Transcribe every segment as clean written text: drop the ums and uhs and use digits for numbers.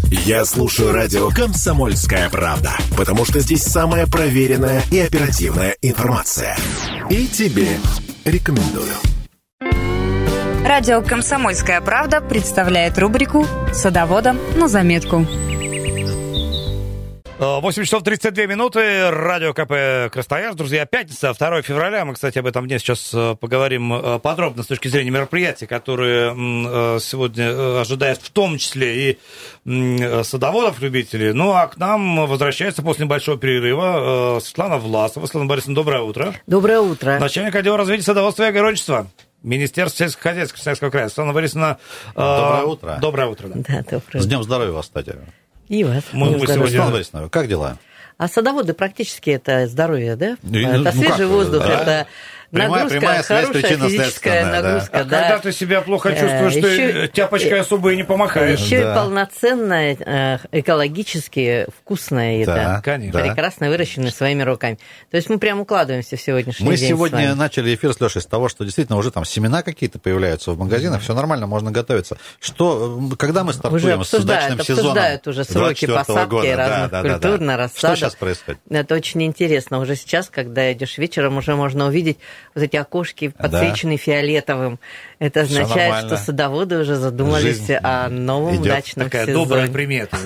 Я слушаю радио «Комсомольская правда», потому что здесь самая проверенная и оперативная информация. И тебе рекомендую. Радио «Комсомольская правда» представляет рубрику «Садоводам на заметку». 8 часов 32 минуты, радио КП Красноярск. Друзья, пятница, 2 февраля. Мы, кстати, об этом дне сейчас поговорим подробно с точки зрения мероприятий, которые сегодня ожидают в том числе и садоводов, любителей. Ну, а к нам возвращается после небольшого перерыва Светлана Власова. Светлана Борисовна, доброе утро. Доброе утро. Начальник отдела развития садоводства и огородничества. Министерство сельского хозяйства Красноярского края. Светлана Борисовна, доброе утро. Доброе утро. Да, доброе. С Днем здоровья вас, кстати. И вас. Светлана Борисовна, как дела? А садоводы практически это здоровье, да? Это свежий воздух, да? Это нагрузка, прямая связь, хорошая физическая нагрузка. Да. Когда ты себя плохо чувствуешь, ты тяпочкой особо и не помахаешь. Еще и полноценная, экологически вкусная еда. Да, конечно. Прекрасно выращенная своими руками. То есть мы прям укладываемся в сегодняшний день. Мы сегодня начали эфир с Лешей с того, что действительно уже там семена какие-то появляются в магазинах, все нормально, можно готовиться. Когда мы стартуем с удачным сезоном? Обсуждают уже сроки посадки разных культур на рассаду. Что сейчас происходит? Это очень интересно. Уже сейчас, когда идешь вечером, уже можно увидеть вот эти окошки, подсвеченные фиолетовым. Это означает, что садоводы уже задумались о новом дачном сезоне. Такая добрая примета.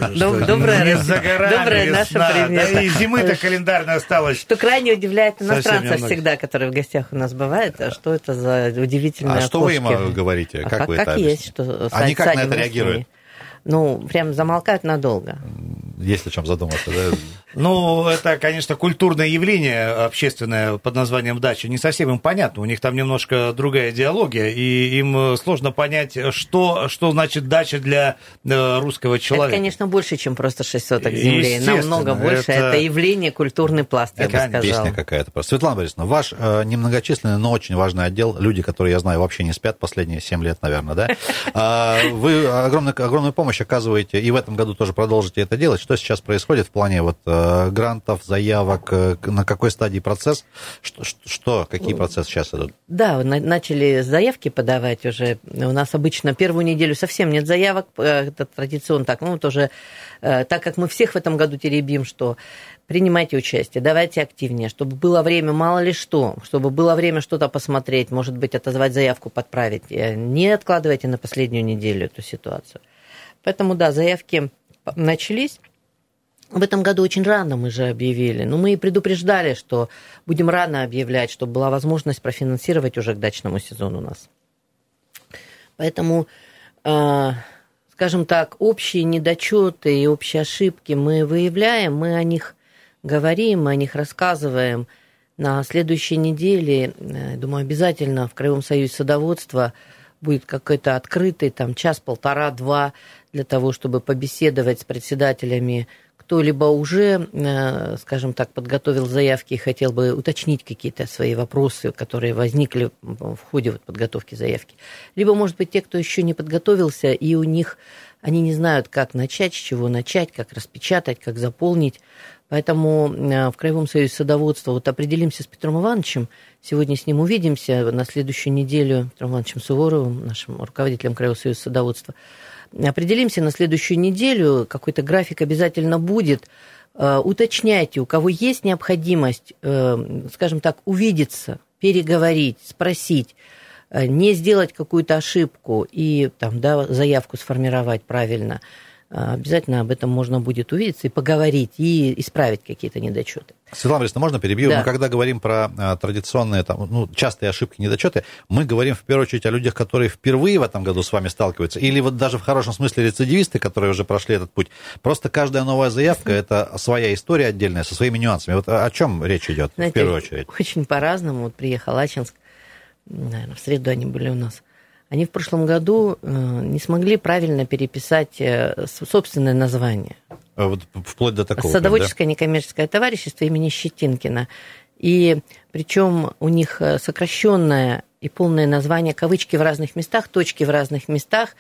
Добрая наша примета. Да и зимы-то календарно осталось. Что крайне удивляет иностранцев всегда, которые в гостях у нас бывают. А что это за удивительные окошки? А что вы им говорите? Как вы это объясняете? Они как на это реагируют? Ну, прям замолкают надолго. Есть о чем задуматься, да? Ну, это, конечно, культурное явление общественное под названием дача. Не совсем им понятно. У них там немножко другая идеология, и им сложно понять, что значит дача для русского человека. Это, конечно, больше, чем просто 6 соток земли. Намного больше. Это явление, культурный пласт, я бы сказала. Песня какая-то просто. Светлана Борисовна, ваш немногочисленный, но очень важный отдел, люди, которые, я знаю, вообще не спят последние 7 лет, наверное, да? Вы огромную помощь оказываете, и в этом году тоже продолжите это делать. Что сейчас происходит в плане вот грантов, заявок, на какой стадии процесс? Какие процессы сейчас идут? Да, начали заявки подавать уже. У нас обычно первую неделю совсем нет заявок, это традиционно так. Ну, тоже, так как мы всех в этом году теребим, что принимайте участие, давайте активнее, чтобы было время, мало ли что, чтобы было время что-то посмотреть, может быть, отозвать заявку, подправить. Не откладывайте на последнюю неделю эту ситуацию. Поэтому, да, заявки начались. В этом году очень рано мы же объявили. Но мы и предупреждали, что будем рано объявлять, чтобы была возможность профинансировать уже к дачному сезону у нас. Поэтому, скажем так, общие недочеты и общие ошибки мы выявляем, мы о них говорим, мы о них рассказываем. На следующей неделе, думаю, обязательно в Краевом союзе садоводства будет какой-то открытый там час, полтора, два для того, чтобы побеседовать с председателями. Кто-либо уже, скажем так, подготовил заявки и хотел бы уточнить какие-то свои вопросы, которые возникли в ходе подготовки заявки. Либо, может быть, те, кто еще не подготовился, и у них они не знают, как начать, с чего начать, как распечатать, как заполнить. Поэтому в Краевом союзе садоводства определимся с Петром Ивановичем. Сегодня с ним увидимся на следующую неделю, Петром Ивановичем Суворовым, нашим руководителем Краевого союза садоводства. Определимся на следующую неделю, какой-то график обязательно будет. Уточняйте, у кого есть необходимость, скажем так, увидеться, переговорить, спросить, не сделать какую-то ошибку и там, да, заявку сформировать правильно. Обязательно об этом можно будет увидеться и поговорить, и исправить какие-то недочеты. Светлана Борисовна, можно перебью? Да. Мы когда говорим про традиционные, частые ошибки, недочеты, мы говорим в первую очередь о людях, которые впервые в этом году с вами сталкиваются, или вот даже в хорошем смысле рецидивисты, которые уже прошли этот путь. Просто каждая новая заявка – это своя история отдельная, со своими нюансами. Вот о чем речь идет, в первую очередь? Очень по-разному. Вот приехал Ачинск, наверное, в среду они были у нас. Они в прошлом году не смогли правильно переписать собственное название. Вот вплоть до такого. Садоводческое некоммерческое товарищество имени Щетинкина. И причем у них сокращенное и полное название, кавычки в разных местах, точки в разных местах.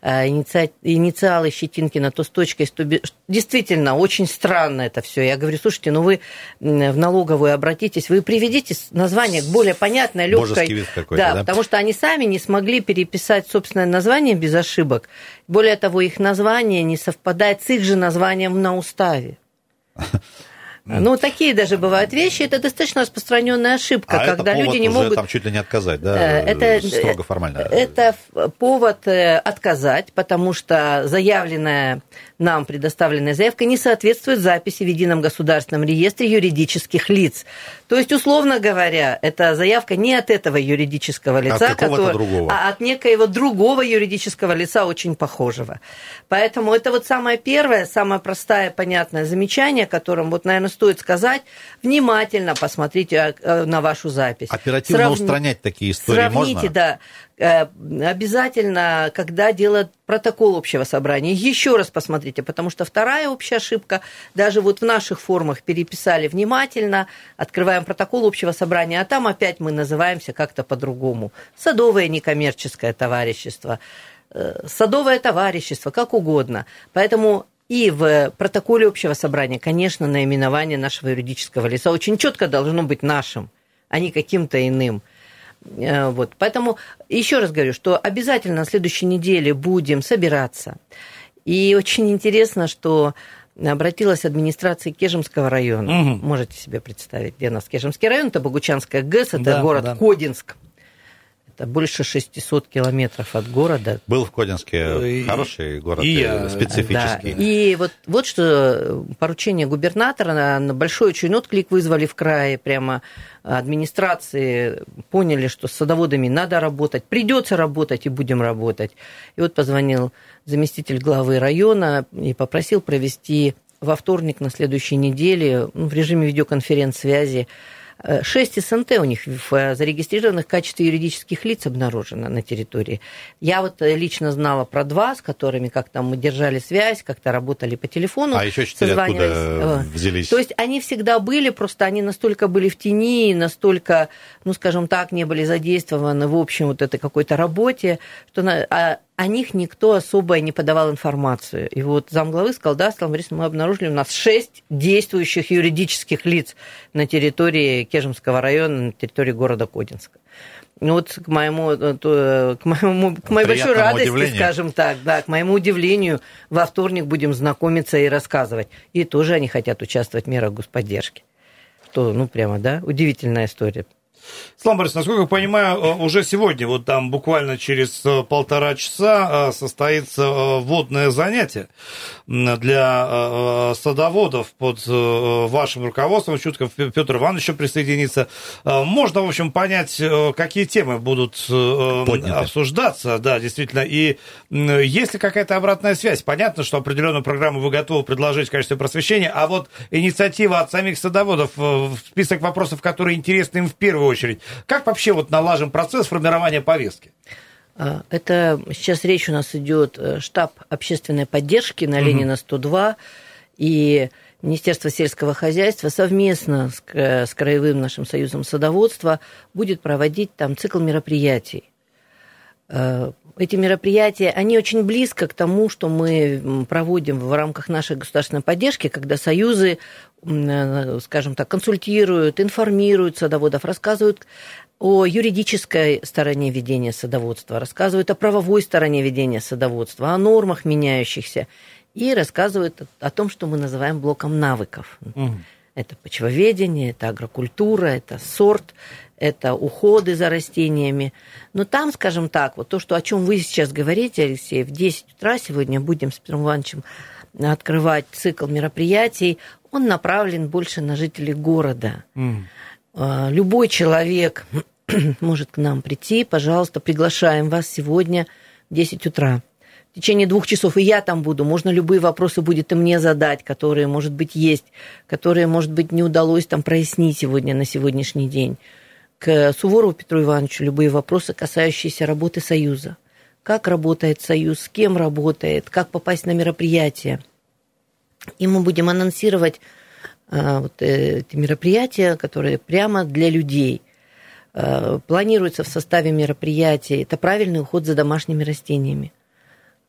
инициалы Щетинкина то с точкой, то без... Действительно, очень странно это все. Я говорю, слушайте, ну вы в налоговую обратитесь, вы приведите название более понятное, легкое. Божеский вид какой-то, да, потому что они сами не смогли переписать собственное название без ошибок. Более того, их название не совпадает с их же названием на уставе. Ну, такие даже бывают вещи. Это достаточно распространенная ошибка, когда люди не могут... там чуть ли не отказать, да? Это строго формально. Это повод отказать, потому что заявленная нам предоставленная заявка не соответствует записи в Едином государственном реестре юридических лиц. То есть, условно говоря, эта заявка не от этого юридического лица, а от некоего другого юридического лица, очень похожего. Поэтому это вот самое первое, самое простое, понятное замечание, которым, вот, наверное, стоит сказать, внимательно посмотрите на вашу запись. Оперативно устранять такие истории можно? Сравните, да. Обязательно, когда делают протокол общего собрания, еще раз посмотрите, потому что вторая общая ошибка, даже вот в наших формах переписали внимательно, открываем протокол общего собрания, а там опять мы называемся как-то по-другому. Садовое некоммерческое товарищество, садовое товарищество, как угодно. Поэтому и в протоколе общего собрания, конечно, наименование нашего юридического лица очень четко должно быть нашим, а не каким-то иным. Вот. Поэтому еще раз говорю, что обязательно на следующей неделе будем собираться. И очень интересно, что обратилась администрация Кежемского района. Угу. Можете себе представить, где у нас Кежемский район, это Богучанская ГЭС, это город Кодинск. Это больше 600 километров от города. Был в Кодинске хороший город, специфический. Да. И вот что поручение губернатора, на большой очень отклик вызвали в крае, прямо администрации поняли, что с садоводами надо работать, придется работать и будем работать. И вот позвонил заместитель главы района и попросил провести во вторник на следующей неделе в режиме видеоконференц-связи 6 СНТ у них зарегистрированных в качестве юридических лиц обнаружено на территории. Я вот лично знала про 2, с которыми как-то мы держали связь, как-то работали по телефону. А еще 4 откуда взялись? То есть они всегда были, просто они настолько были в тени, настолько, ну, скажем так, не были задействованы в общем вот этой какой-то работе, что о них никто особо не подавал информацию. И вот замглавы сказал, да, Светлана Борисовна, мы обнаружили у нас 6 действующих юридических лиц на территории Кежемского района, на территории города Кодинска. Ну вот к моей большой радости, удивлению. Скажем так, да, к моему удивлению, во вторник будем знакомиться и рассказывать. И тоже они хотят участвовать в мерах господдержки. Что, ну, прямо, да, удивительная история. Светлана Борисовна, насколько я понимаю, уже сегодня, вот там буквально через 1,5 часа состоится вводное занятие для садоводов под вашим руководством. Чутко Петр Иванович еще присоединится. Можно, в общем, понять, какие темы будут обсуждаться, да, действительно, и есть ли какая-то обратная связь? Понятно, что определенную программу вы готовы предложить в качестве просвещения, а вот инициатива от самих садоводов, список вопросов, которые интересны им в первую очередь. Как вообще вот налажен процесс формирования повестки? Это сейчас речь у нас идет штаб общественной поддержки на Ленина 102 и Министерство сельского хозяйства совместно с Краевым нашим союзом садоводства будет проводить там цикл мероприятий. Эти мероприятия, они очень близко к тому, что мы проводим в рамках нашей государственной поддержки, когда союзы, скажем так, консультируют, информируют садоводов, рассказывают о юридической стороне ведения садоводства, рассказывают о правовой стороне ведения садоводства, о нормах меняющихся и рассказывают о том, что мы называем блоком навыков. Это почвоведение, это агрокультура, это сорт, это уходы за растениями. Но там, скажем так, вот то, что, о чем вы сейчас говорите, Алексей, в 10 утра сегодня будем с Петром Ивановичем открывать цикл мероприятий, он направлен больше на жителей города. Любой человек может к нам прийти, пожалуйста, приглашаем вас сегодня в 10 утра. В течение 2 часов, и я там буду, можно любые вопросы будет и мне задать, которые, может быть, есть, которые, может быть, не удалось там прояснить сегодня, на сегодняшний день. К Суворову Петру Ивановичу любые вопросы, касающиеся работы Союза. Как работает Союз, с кем работает, как попасть на мероприятия. И мы будем анонсировать вот эти мероприятия, которые прямо для людей. Планируется в составе мероприятий, это правильный уход за домашними растениями.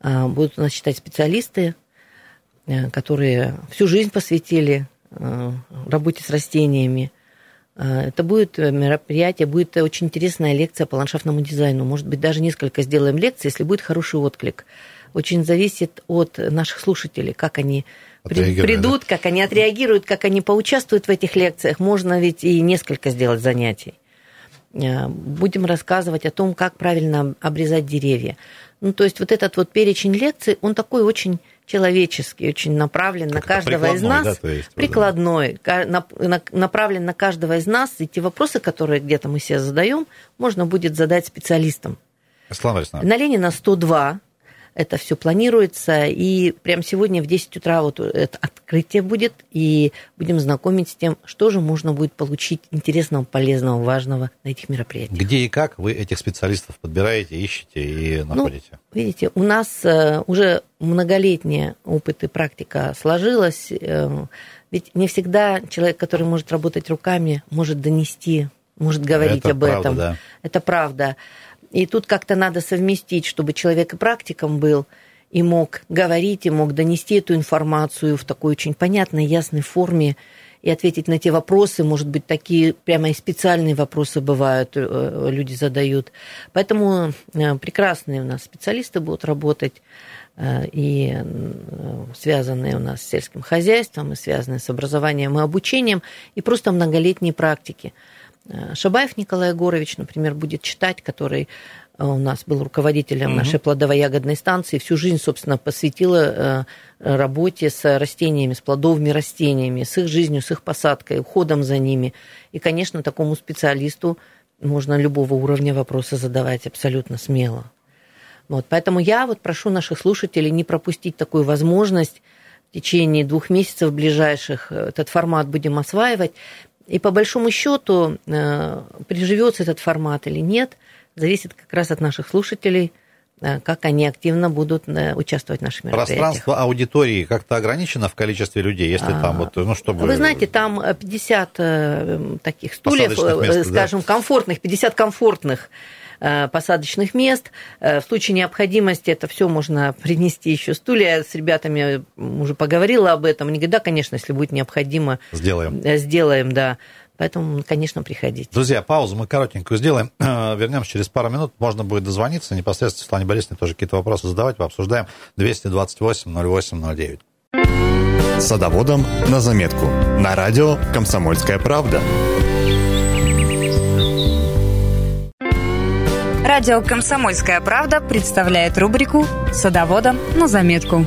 Будут у нас читать специалисты, которые всю жизнь посвятили работе с растениями. Это будет мероприятие, будет очень интересная лекция по ландшафтному дизайну. Может быть, даже несколько сделаем лекций, если будет хороший отклик. Очень зависит от наших слушателей, как они придут, да? Как они отреагируют, как они поучаствуют в этих лекциях. Можно ведь и несколько сделать занятий. Будем рассказывать о том, как правильно обрезать деревья. Ну, то есть вот этот вот перечень лекций, он такой очень человеческий, очень направлен на каждого из нас. Да, прикладной, направлен на каждого из нас. И те вопросы, которые где-то мы себе задаем, можно будет задать специалистам. На Ленина 102. Это все планируется, и прямо сегодня в 10 утра вот это открытие будет, и будем знакомить с тем, что же можно будет получить интересного, полезного, важного на этих мероприятиях. Где и как вы этих специалистов подбираете, ищете и находите? Ну, видите, у нас уже многолетний опыт и практика сложилась, ведь не всегда человек, который может работать руками, может донести, может говорить об этом. Да. Это правда. И тут как-то надо совместить, чтобы человек и практиком был, и мог говорить, и мог донести эту информацию в такой очень понятной, ясной форме, и ответить на те вопросы, может быть, такие прямо и специальные вопросы бывают, люди задают. Поэтому прекрасные у нас специалисты будут работать, и связанные у нас с сельским хозяйством, и связанные с образованием и обучением, и просто многолетние практики. Шабаев Николай Егорович, например, будет читать, который у нас был руководителем нашей плодово-ягодной станции, всю жизнь, собственно, посвятила работе с растениями, с плодовыми растениями, с их жизнью, с их посадкой, уходом за ними. И, конечно, такому специалисту можно любого уровня вопроса задавать абсолютно смело. Вот, поэтому я вот прошу наших слушателей не пропустить такую возможность. В течение 2 месяцев ближайших этот формат будем осваивать. И по большому счету, приживется этот формат или нет, зависит как раз от наших слушателей, как они активно будут участвовать в наших мероприятиях. Пространство аудитории как-то ограничено в количестве людей, если там вот, ну, чтобы... Вы знаете, там 50 таких стульев, мест, скажем, да, комфортных, 50 комфортных посадочных мест. В случае необходимости это все можно принести еще стулья. С ребятами уже поговорила об этом. Они говорят, да, конечно, если будет необходимо, сделаем, да. Поэтому, конечно, приходите. Друзья, паузу мы коротенькую сделаем. Вернемся через пару минут. Можно будет дозвониться непосредственно Светлане Борисовне, тоже какие-то вопросы задавать. Пообсуждаем. 228-08-09. Садоводам на заметку. На радио «Комсомольская правда». Радио «Комсомольская правда» представляет рубрику «Садоводам на заметку».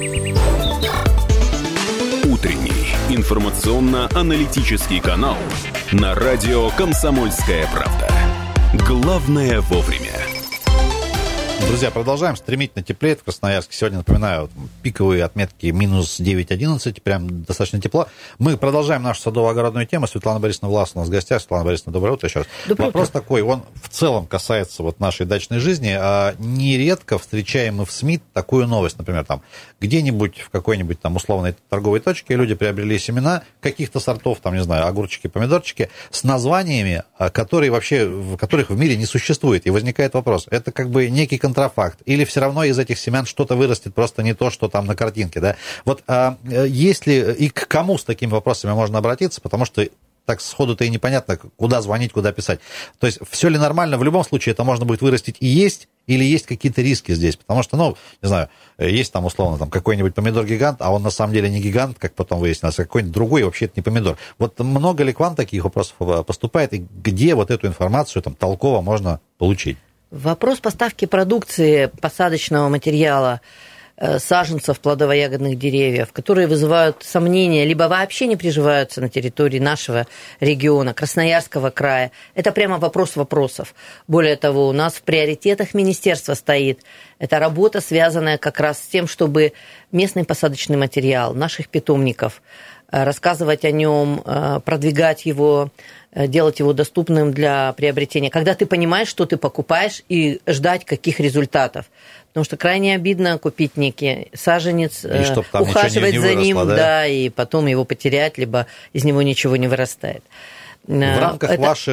Утренний информационно-аналитический канал на радио «Комсомольская правда». Главное вовремя. Друзья, продолжаем. Стремительно теплеет в Красноярске. Сегодня, напоминаю, пиковые отметки минус 9-11, прям достаточно тепло. Мы продолжаем нашу садово-огородную тему. Светлана Борисовна Власова у нас в гостях. Светлана Борисовна, доброе утро еще раз. Вопрос такой, он в целом касается вот нашей дачной жизни. Нередко встречаем мы в СМИ такую новость, например, там где-нибудь в какой-нибудь там условной торговой точке люди приобрели семена каких-то сортов, там, не знаю, огурчики, помидорчики, с названиями, которые вообще, которых в мире не существует. И возникает вопрос, это как бы некий контрафакт, или все равно из этих семян что-то вырастет, просто не то, что там на картинке, да? Вот есть ли и к кому с такими вопросами можно обратиться, потому что так сходу-то и непонятно, куда звонить, куда писать. То есть все ли нормально, в любом случае это можно будет вырастить и есть, или есть какие-то риски здесь? Потому что, ну, не знаю, есть там условно там какой-нибудь помидор-гигант, а он на самом деле не гигант, как потом выяснилось, а какой-нибудь другой, вообще это не помидор. Вот много ли к вам таких вопросов поступает, и где вот эту информацию там толково можно получить? Вопрос поставки продукции посадочного материала, саженцев плодово-ягодных деревьев, которые вызывают сомнения, либо вообще не приживаются на территории нашего региона, Красноярского края. Это прямо вопрос вопросов. Более того, у нас в приоритетах министерства стоит эта работа, связанная как раз с тем, чтобы местный посадочный материал наших питомников, рассказывать о нем, продвигать его, делать его доступным для приобретения. Когда ты понимаешь, что ты покупаешь, и ждать каких результатов. Потому что крайне обидно купить некий саженец, ухаживать за ним, да, и потом его потерять, либо из него ничего не вырастает. В рамках ваших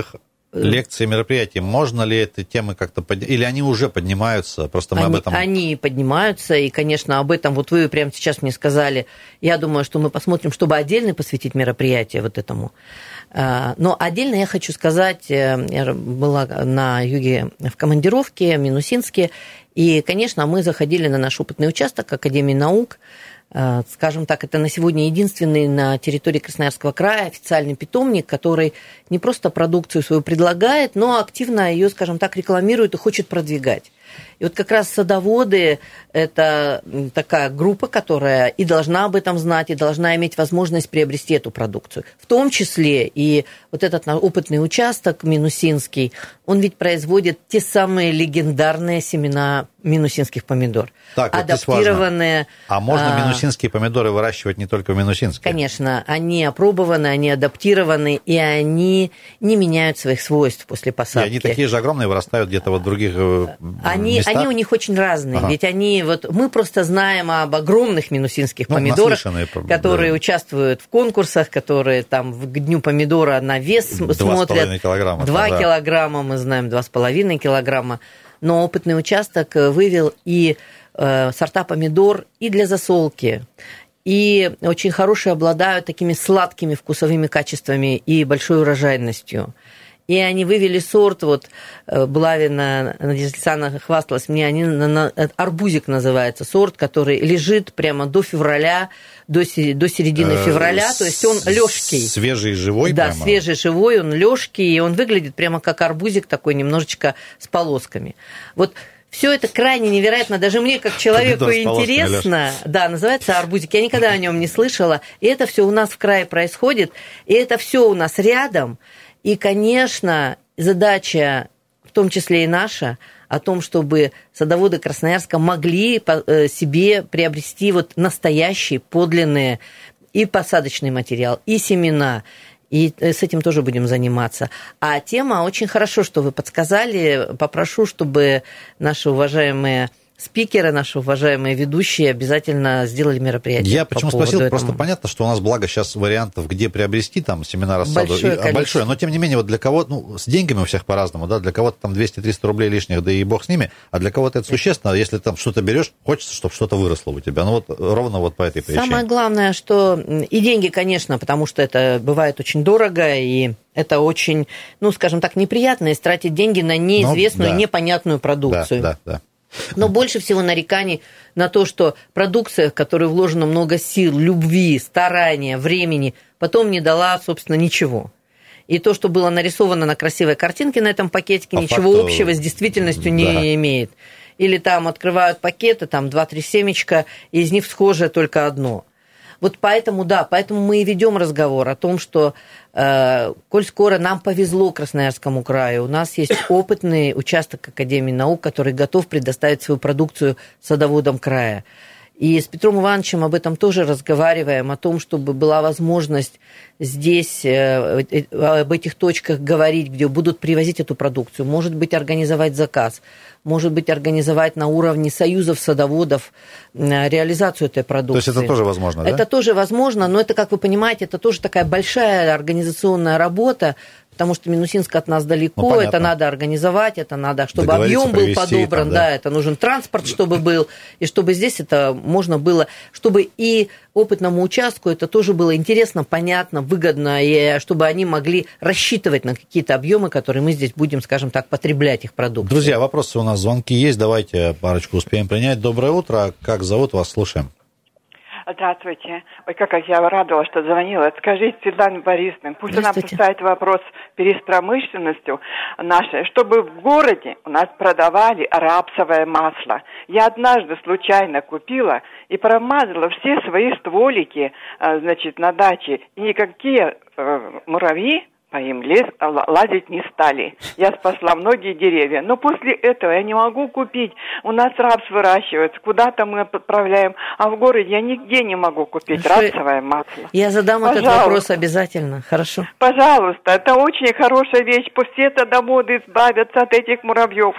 лекции, мероприятия, можно ли эти темы как-то поднять? Или они уже поднимаются? Просто мы об этом... Они поднимаются, и, конечно, об этом вот вы прямо сейчас мне сказали. Я думаю, что мы посмотрим, чтобы отдельно посвятить мероприятие вот этому. Но отдельно я хочу сказать, я была на юге в командировке, в Минусинске, и, конечно, мы заходили на наш опытный участок Академии наук. Скажем так, это на сегодня единственный на территории Красноярского края официальный питомник, который не просто продукцию свою предлагает, но активно ее, скажем так, рекламирует и хочет продвигать. И вот как раз садоводы – это такая группа, которая и должна об этом знать, и должна иметь возможность приобрести эту продукцию. В том числе и вот этот опытный участок Минусинский, он ведь производит те самые легендарные семена минусинских помидор. Так, адаптированные. А можно минусинские помидоры выращивать не только в Минусинске? Конечно, они опробованы, они адаптированы, и они не меняют своих свойств после посадки. И они такие же огромные, вырастают где-то вот в других местах? Они у них очень разные, ведь они, вот мы просто знаем об огромных минусинских помидорах, которые участвуют в конкурсах, которые там к дню помидора на вес смотрят. 2,5 килограмма. 2 килограмма, мы знаем, 2,5 килограмма. Но опытный участок вывел и сорта помидор и для засолки, и очень хорошие обладают такими сладкими вкусовыми качествами и большой урожайностью. И они вывели сорт, вот Булавина Надежда Александровна хвасталась мне, арбузик называется сорт, который лежит прямо до февраля, до середины февраля, то есть он лёжкий. Свежий, живой? Да, прямо? свежий, живой, он лёжкий, и он выглядит прямо как арбузик такой, немножечко с полосками. Вот все это крайне невероятно, даже мне как человеку интересно. Да, называется арбузик, я никогда о нем не слышала, и это все у нас в крае происходит, и это все у нас рядом. И, конечно, задача, в том числе и наша, о том, чтобы садоводы Красноярска могли себе приобрести вот настоящие, подлинные и посадочный материал, и семена, и с этим тоже будем заниматься. А тема очень хорошо, что вы подсказали. Попрошу, чтобы наши уважаемые спикеры, наши уважаемые ведущие обязательно сделали мероприятие. Я почему спросил, просто понятно, что у нас, благо, сейчас вариантов, где приобрести там семена рассаду, большое, но тем не менее, вот для кого-то, с деньгами у всех по-разному, да, для кого-то там 200-300 рублей лишних, да и бог с ними, а для кого-то это существенно, если там что-то берешь, хочется, чтобы что-то выросло у тебя, ну вот ровно вот по этой причине. Самое главное, что и деньги, конечно, потому что это бывает очень дорого, и это очень, скажем так, неприятно тратить деньги на неизвестную, непонятную продукцию. Да. Но больше всего нареканий на то, что продукция, в которой вложено много сил, любви, старания, времени, потом не дала, собственно, ничего. И то, что было нарисовано на красивой картинке на этом пакетике, ничего общего с действительностью не имеет. Или там открывают пакеты, там 2-3 семечка, и из них схожее только одно. Вот поэтому мы и ведем разговор о том, что коль скоро нам повезло Красноярскому краю, у нас есть опытный участок Академии наук, который готов предоставить свою продукцию садоводам края. И с Петром Ивановичем об этом тоже разговариваем, о том, чтобы была возможность здесь об этих точках говорить, где будут привозить эту продукцию. Может быть, организовать заказ, может быть, организовать на уровне союзов садоводов реализацию этой продукции. То есть это тоже возможно, да? Это тоже возможно, но это, как вы понимаете, это тоже такая большая организационная работа, потому что Минусинск от нас далеко, это надо организовать, это надо, чтобы объем был подобран, это нужен транспорт, чтобы был, и чтобы здесь это можно было, чтобы и опытному участку это тоже было интересно, понятно, выгодно, и чтобы они могли рассчитывать на какие-то объемы, которые мы здесь будем, скажем так, потреблять их продукцию. Друзья, вопросы у нас, звонки есть, давайте парочку успеем принять. Доброе утро, как зовут вас, слушаем. Здравствуйте. Ой, как я радовалась, что звонила. Скажите, Светлане Борисовне, пусть она поставит вопрос перед промышленностью нашей, чтобы в городе у нас продавали рапсовое масло. Я однажды случайно купила и промазала все свои стволики, на даче. И никакие муравьи по им лазить не стали. Я спасла многие деревья. Но после этого я не могу купить. У нас рапс выращивается, куда-то мы отправляем. А в городе я нигде не могу купить рапсовое масло. Я задам этот вопрос обязательно. Хорошо. Пожалуйста, это очень хорошая вещь. Пусть все садоводы избавятся от этих муравьев.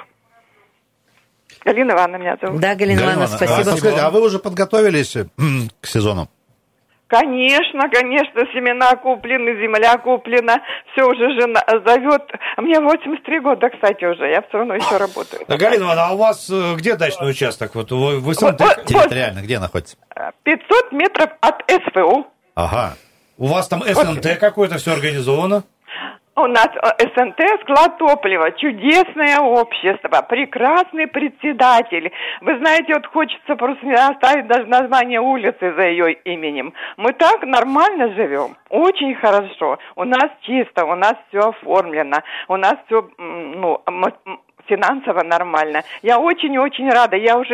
Галина Ивановна меня зовут. Да, Галина Ивановна, спасибо. А вы уже подготовились к сезону? Конечно, семена куплены, земля куплена, все уже жена зовет. Мне 83 года, кстати, уже, я все равно еще работаю. Галина Ивановна, а у вас где дачный участок? Вот вы территориально где находится? 500 метров от СВУ. Ага. У вас там СНТ какое-то, все организовано? У нас СНТ, склад топлива, чудесное общество, прекрасный председатель. Вы знаете, вот хочется просто оставить даже название улицы за ее именем. Мы так нормально живем, очень хорошо. У нас чисто, у нас все оформлено, у нас все, финансово нормально. Я очень-очень рада. Я уже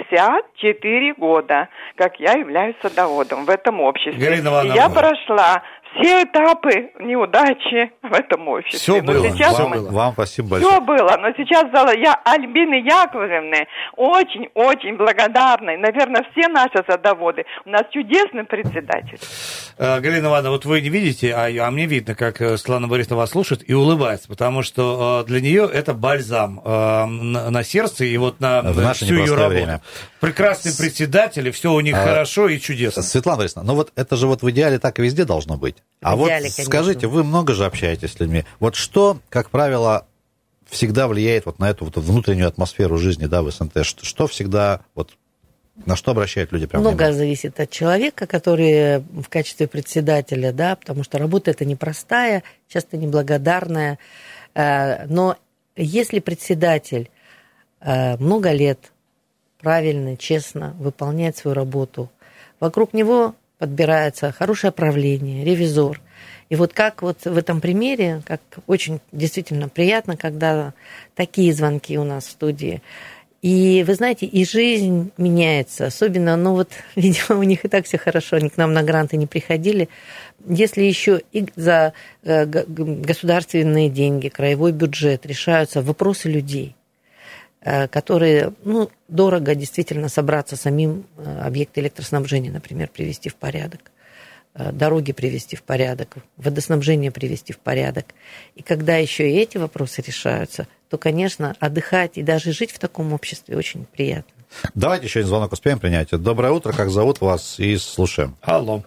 54 года, как я являюсь садоводом в этом обществе. Галина Ивановна, я прошла все этапы неудачи в этом обществе. Все было. Вам спасибо большое. Все было, но сейчас я Альбины Яковлевны очень-очень благодарна. Наверное, все наши садоводы. У нас чудесный председатель. Галина Ивановна, вот вы не видите, а мне видно, как Светлана Борисовна вас слушает и улыбается, потому что для нее это бальзам на сердце и вот на всю ее работу. Время. Прекрасный председатель, и все у них хорошо и чудесно. Светлана Борисовна, ну вот это же вот в идеале так и везде должно быть. А вот скажите, вы много же общаетесь с людьми. Вот что, как правило, всегда влияет вот на эту вот внутреннюю атмосферу жизни, да, в СНТ? Что всегда, вот, на что обращают люди прямо? Многое зависит от человека, который в качестве председателя, да, потому что работа эта непростая, часто неблагодарная. Но если председатель много лет правильно, честно выполняет свою работу, вокруг него подбирается хорошее правление, ревизор. И вот как вот в этом примере, как очень действительно приятно, когда такие звонки у нас в студии. И вы знаете, и жизнь меняется, особенно, видимо, у них и так все хорошо, они к нам на гранты не приходили. Если еще и за государственные деньги, краевой бюджет решаются вопросы людей, которые, дорого действительно собраться самим объекты электроснабжения, например, привести в порядок, дороги привести в порядок, водоснабжение привести в порядок. И когда еще и эти вопросы решаются, то, конечно, отдыхать и даже жить в таком обществе очень приятно. Давайте еще один звонок успеем принять. Доброе утро, как зовут вас, и слушаем. Алло.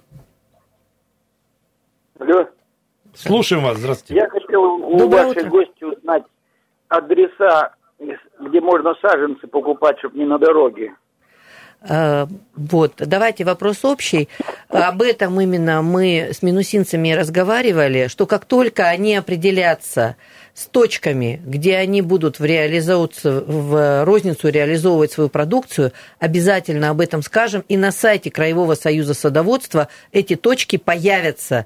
Алло. Слушаем вас, здравствуйте. Я хотел у ваших гостей узнать адреса, где можно саженцы покупать, чтобы не на дороге. Вот, давайте вопрос общий. Об этом именно мы с минусинцами разговаривали, что как только они определятся с точками, где они будут в розницу реализовывать свою продукцию, обязательно об этом скажем. И на сайте Краевого союза садоводства эти точки появятся.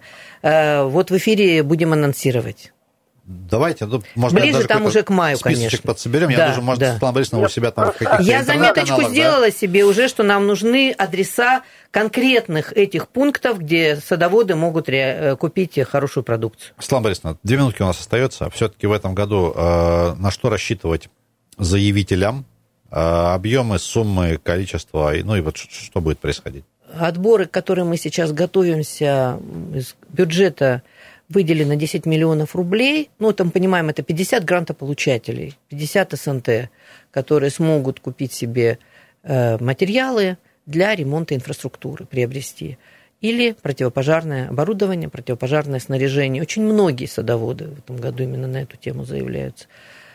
Вот в эфире будем анонсировать. Давайте, может, ближе даже там уже к маю, списочек конечно. подсоберем. Я даже, может, Светлана Борисовна у себя там в каких-то Я заметочку сделала себе уже, что нам нужны адреса конкретных этих пунктов, где садоводы могут купить хорошую продукцию. Светлана Борисовна, 2 минутки у нас остается. Все-таки в этом году на что рассчитывать заявителям? Объемы, суммы, количество, и вот что будет происходить? Отборы, к которым мы сейчас готовимся из бюджета, выделено 10 миллионов рублей. Там, понимаем, это 50 грантополучателей, 50 СНТ, которые смогут купить себе материалы для ремонта инфраструктуры, приобрести. Или противопожарное оборудование, противопожарное снаряжение. Очень многие садоводы в этом году именно на эту тему заявляются.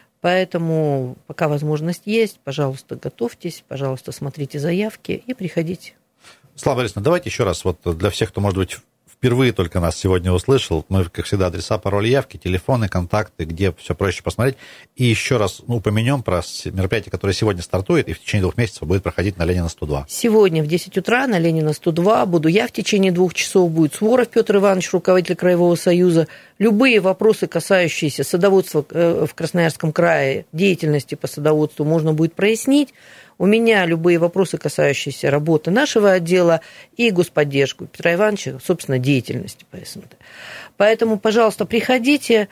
Поэтому, пока возможность есть, пожалуйста, готовьтесь, пожалуйста, смотрите заявки и приходите. Светлана Борисовна, давайте еще раз, вот для всех, кто, может быть, впервые только нас сегодня услышал, мы, как всегда, адреса, пароли, явки, телефоны, контакты, где все проще посмотреть. И еще раз упомянем про мероприятие, которое сегодня стартует и в течение 2 месяцев будет проходить на Ленина 102. Сегодня в 10 утра на Ленина 102 буду я в течение 2 часов, будет Суворов Петр Иванович, руководитель Краевого союза. Любые вопросы, касающиеся садоводства в Красноярском крае, деятельности по садоводству, можно будет прояснить. У меня любые вопросы, касающиеся работы нашего отдела и господдержку Петра Ивановича, собственно, деятельности по СНТ. Поэтому, пожалуйста, приходите.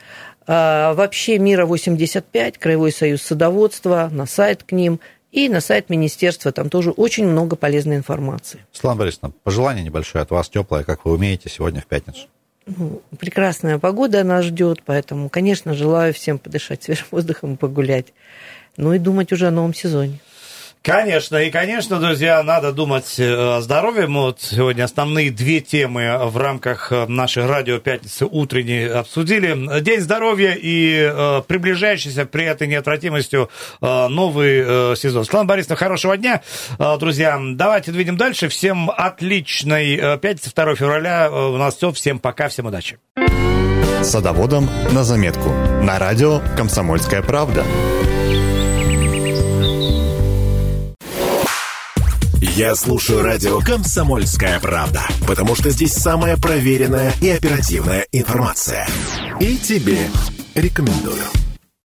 Вообще Мира 85, Краевой союз садоводства, на сайт к ним и на сайт министерства. Там тоже очень много полезной информации. Светлана Борисовна, пожелание небольшое от вас, теплое, как вы умеете, сегодня в пятницу. Прекрасная погода нас ждет, поэтому, конечно, желаю всем подышать свежим воздухом и погулять. И думать уже о новом сезоне. Конечно, и, конечно, друзья, надо думать о здоровье. Мы вот сегодня основные две темы в рамках нашей радио «Пятницы» утренней обсудили. День здоровья и приближающийся при этой неотвратимостью новый сезон. Светлана Борисовна, хорошего дня. Друзья, давайте двинем дальше. Всем отличной пятницы, 2 февраля. У нас все. Всем пока, всем удачи. Садоводам на заметку. На радио «Комсомольская правда». Я слушаю радио «Комсомольская правда», потому что здесь самая проверенная и оперативная информация. И тебе рекомендую.